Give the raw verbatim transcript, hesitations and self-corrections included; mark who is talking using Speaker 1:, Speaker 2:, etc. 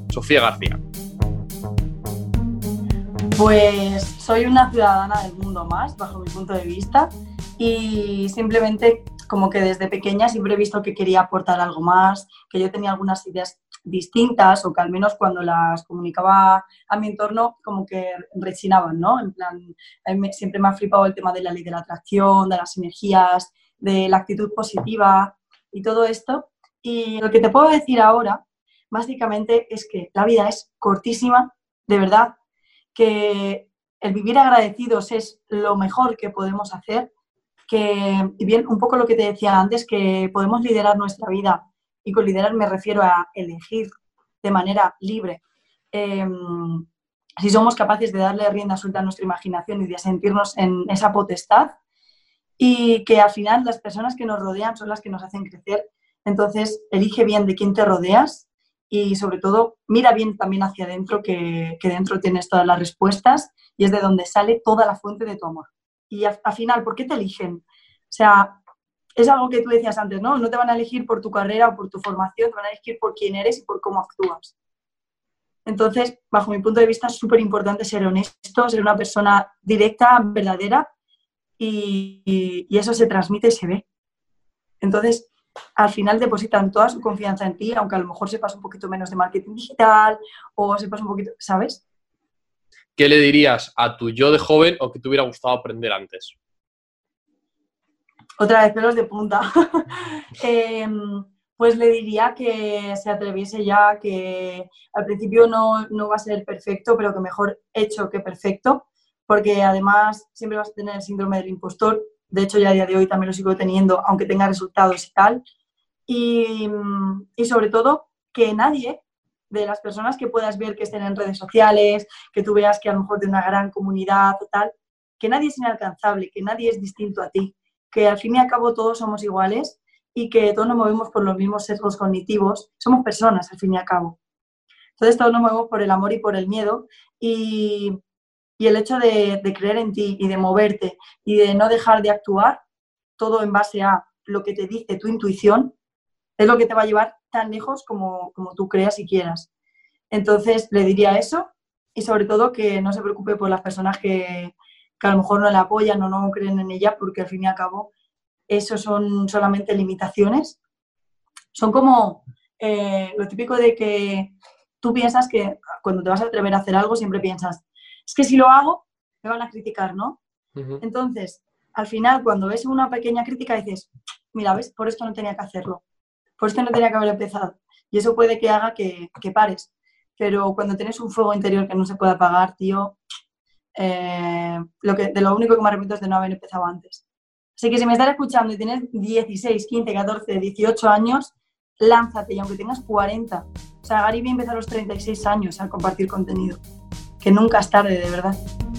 Speaker 1: Sofía García.
Speaker 2: Pues soy una ciudadana del mundo más, bajo mi punto de vista, y simplemente como que desde pequeña siempre he visto que quería aportar algo más, que yo tenía algunas ideas distintas o que al menos cuando las comunicaba a mi entorno como que rechinaban, ¿no? En plan, a mí me, siempre me ha flipado el tema de la ley de la atracción, de las energías, de la actitud positiva y todo esto. Y lo que te puedo decir ahora, básicamente, es que la vida es cortísima, de verdad, que el vivir agradecidos es lo mejor que podemos hacer, que, y bien, un poco lo que te decía antes, que podemos liderar nuestra vida, y con liderar me refiero a elegir de manera libre. Eh, si somos capaces de darle rienda suelta a nuestra imaginación y de sentirnos en esa potestad, y que al final las personas que nos rodean son las que nos hacen crecer. Entonces, elige bien de quién te rodeas y, sobre todo, mira bien también hacia adentro, que, que dentro tienes todas las respuestas y es de donde sale toda la fuente de tu amor. Y al, al final, ¿por qué te eligen? O sea, es algo que tú decías antes, ¿no? No te van a elegir por tu carrera o por tu formación, te van a elegir por quién eres y por cómo actúas. Entonces, bajo mi punto de vista, es súper importante ser honesto, ser una persona directa, verdadera, y, y, y eso se transmite y se ve. Entonces, al final depositan toda su confianza en ti, aunque a lo mejor sepas un poquito menos de marketing digital o sepas un poquito, ¿sabes?
Speaker 1: ¿Qué le dirías a tu yo de joven o que te hubiera gustado aprender antes?
Speaker 2: Otra vez, pelos de punta. eh, pues le diría que se atreviese ya, que al principio no, no va a ser perfecto, pero que mejor hecho que perfecto, porque además siempre vas a tener el síndrome del impostor. De hecho, ya a día de hoy también lo sigo teniendo, aunque tenga resultados y tal. Y, y sobre todo, que nadie de las personas que puedas ver que estén en redes sociales, que tú veas que a lo mejor de una gran comunidad o tal, que nadie es inalcanzable, que nadie es distinto a ti, que al fin y al cabo todos somos iguales y que todos nos movemos por los mismos sesgos cognitivos. Somos personas, al fin y al cabo. Entonces todos nos movemos por el amor y por el miedo, y, y el hecho de, de creer en ti y de moverte y de no dejar de actuar, todo en base a lo que te dice tu intuición, es lo que te va a llevar tan lejos como, como tú creas y quieras. Entonces le diría eso, y sobre todo que no se preocupe por las personas que, que a lo mejor no la apoyan o no creen en ella, porque al fin y al cabo eso son solamente limitaciones. Son como eh, lo típico de que tú piensas que cuando te vas a atrever a hacer algo siempre piensas, es que si lo hago me van a criticar, ¿no? Uh-huh. Entonces, al final, cuando ves una pequeña crítica dices, mira, ¿ves? Por esto no tenía que hacerlo, por esto no tenía que haber empezado. Y eso puede que haga que, que pares. Pero cuando tienes un fuego interior que no se puede apagar, tío, eh, lo que, de lo único que me arrepiento es de no haber empezado antes. Así que si me estás escuchando y tienes dieciséis, quince, catorce, dieciocho años, lánzate, y aunque tengas cuarenta. O sea, Gary Vee empezó a los treinta y seis años a compartir contenido. Que nunca es tarde, de verdad.